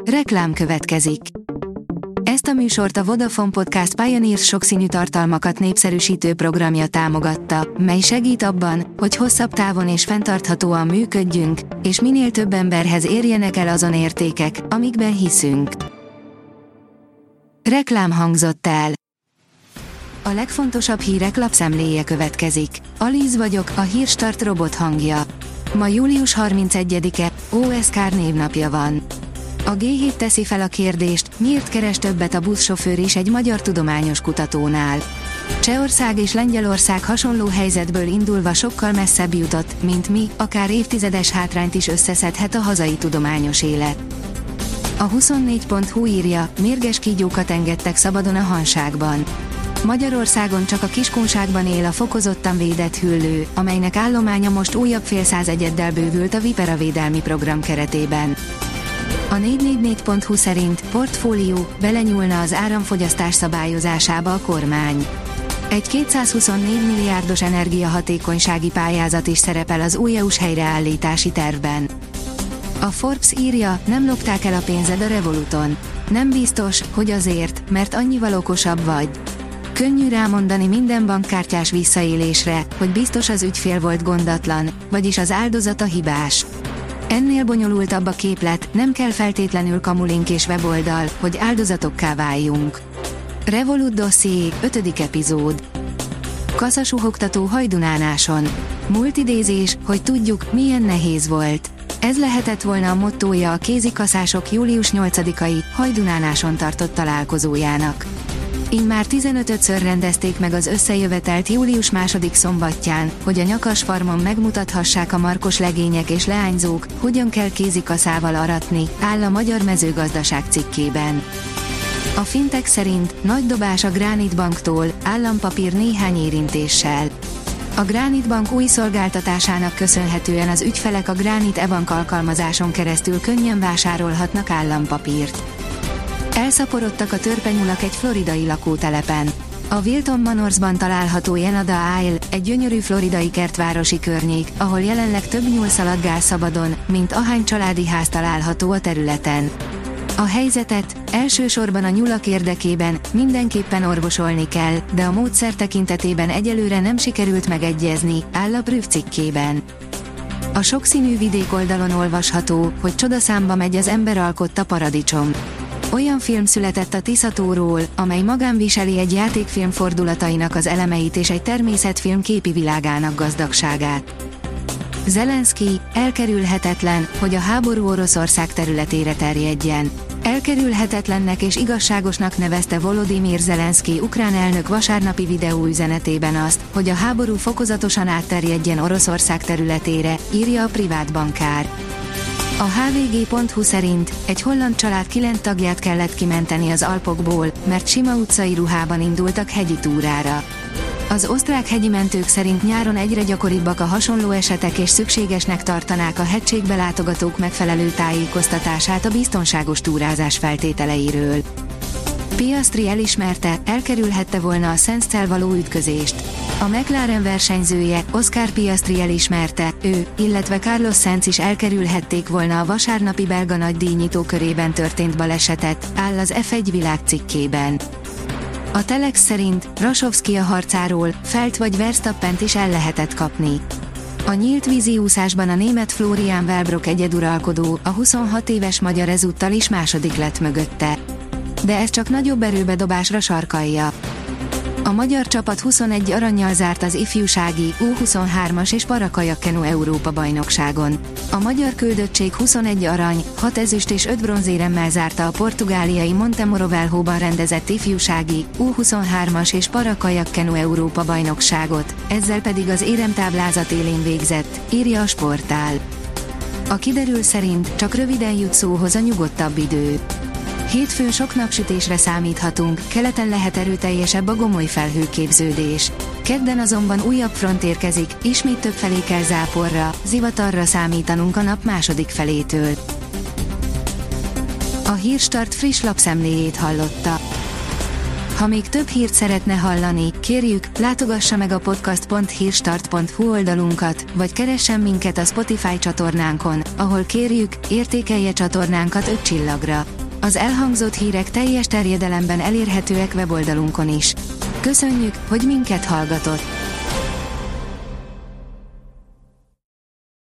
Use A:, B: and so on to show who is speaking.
A: Reklám következik. Ezt a műsort a Vodafone Podcast Pioneers sokszínű tartalmakat népszerűsítő programja támogatta, mely segít abban, hogy hosszabb távon és fenntarthatóan működjünk, és minél több emberhez érjenek el azon értékek, amikben hiszünk. Reklám hangzott el. A legfontosabb hírek lapszemléje következik. Alíz vagyok, a Hírstart robot hangja. Ma július 31-e, Oskar névnapja van. A G7 teszi fel a kérdést, miért keres többet a buszsofőr is egy magyar tudományos kutatónál. Csehország és Lengyelország hasonló helyzetből indulva sokkal messzebb jutott, mint mi, akár évtizedes hátrányt is összeszedhet a hazai tudományos élet. A 24.hu írja, mérges kígyókat engedtek szabadon a Hanságban. Magyarországon csak a Kiskunságban él a fokozottan védett hüllő, amelynek állománya most újabb fél száz egyeddel bővült a Vipera védelmi program keretében. A 444.hu szerint portfólió, belenyúlna az áramfogyasztás szabályozásába a kormány. Egy 224 milliárdos energiahatékonysági pályázat is szerepel az új EU-s helyreállítási tervben. A Forbes írja, nem lopták el a pénzed a Revoluton. Nem biztos, hogy azért, mert annyival okosabb vagy. Könnyű rámondani minden bankkártyás visszaélésre, hogy biztos az ügyfél volt gondatlan, vagyis az áldozat a hibás. Ennél bonyolultabb a képlet, nem kell feltétlenül kamulink és weboldal, hogy áldozatokká váljunk. Revolut dosszié, 5. epizód. Kaszasuhogtató Hajdunánáson. Múlt idézés, hogy tudjuk, milyen nehéz volt. Ez lehetett volna a mottója a kézikaszások július 8-ai, Hajdunánáson tartott találkozójának. Immár 15-ször rendezték meg az összejövetelt július 2. szombatján, hogy a Nyakasfarmon megmutathassák a markos legények és leányzók, hogyan kell kézikaszával aratni, áll a Magyar Mezőgazdaság cikkében. A Fintech szerint nagy dobás a Granite Banktól, állampapír néhány érintéssel. A Granite Bank új szolgáltatásának köszönhetően az ügyfelek a Granite e-bank alkalmazáson keresztül könnyen vásárolhatnak állampapírt. Elszaporodtak a törpenyulak egy floridai lakótelepen. A Wilton Manorsban található Yenada Isle, egy gyönyörű floridai kertvárosi környék, ahol jelenleg több nyúl szaladgál szabadon, mint ahány családi ház található a területen. A helyzetet, elsősorban a nyulak érdekében, mindenképpen orvosolni kell, de a módszer tekintetében egyelőre nem sikerült megegyezni, áll a Prüf cikkében. A sokszínű vidék oldalon olvasható, hogy csodaszámba megy az ember alkotta paradicsom. Olyan film született a Tiszatóról, amely magán viseli egy játékfilm fordulatainak az elemeit és egy természetfilm képi világának gazdagságát. Zelenszky, elkerülhetetlen, hogy a háború Oroszország területére terjedjen. Elkerülhetetlennek és igazságosnak nevezte Volodymyr Zelenszky ukrán elnök vasárnapi videóüzenetében azt, hogy a háború fokozatosan átterjedjen Oroszország területére, írja a privát bankár. A hvg.hu szerint egy holland család 9 tagját kellett kimenteni az Alpokból, mert sima utcai ruhában indultak hegyi túrára. Az osztrák hegyi mentők szerint nyáron egyre gyakoribbak a hasonló esetek és szükségesnek tartanák a hegységbe látogatók megfelelő tájékoztatását a biztonságos túrázás feltételeiről. Piastri elismerte, elkerülhette volna a Sainz-szel való ütközést. A McLaren versenyzője, Oscar Piastri elismerte, ő, illetve Carlos Sainz is elkerülhették volna a vasárnapi belga nagydíjnyitó körében történt balesetet, áll az F1 világ cikkében. A Telex szerint Rasovszky a harcáról, Felt vagy Verstappent is el lehetett kapni. A nyílt víziúszásban a német Florian Wellbrock egyeduralkodó, a 26 éves magyar ezúttal is második lett mögötte. De ez csak nagyobb erőbedobásra sarkalja. A magyar csapat 21 arannyal zárt az ifjúsági, U23-as és parakajakkenu Európa-bajnokságon. A magyar küldöttség 21 arany, 6 ezüst és 5 bronzéremmel zárta a portugáliai Montemoro Velhóban rendezett ifjúsági, U23-as és parakajakkenu Európa-bajnokságot, ezzel pedig az éremtáblázat élén végzett, írja a Sportál. A kiderül szerint csak röviden jut szóhoz a nyugodtabb idő. Hétfőn sok napsütésre számíthatunk, keleten lehet erőteljesebb a gomoly felhőképződés. Kedden azonban újabb front érkezik, ismét többfelé kell záporra, zivatarra számítanunk a nap második felétől. A Hírstart friss lapszemléjét hallotta. Ha még több hírt szeretne hallani, kérjük, látogassa meg a podcast.hírstart.hu oldalunkat, vagy keressen minket a Spotify csatornánkon, ahol kérjük, értékelje csatornánkat 5 csillagra. Az elhangzott hírek teljes terjedelemben elérhetőek weboldalunkon is. Köszönjük, hogy minket hallgatott!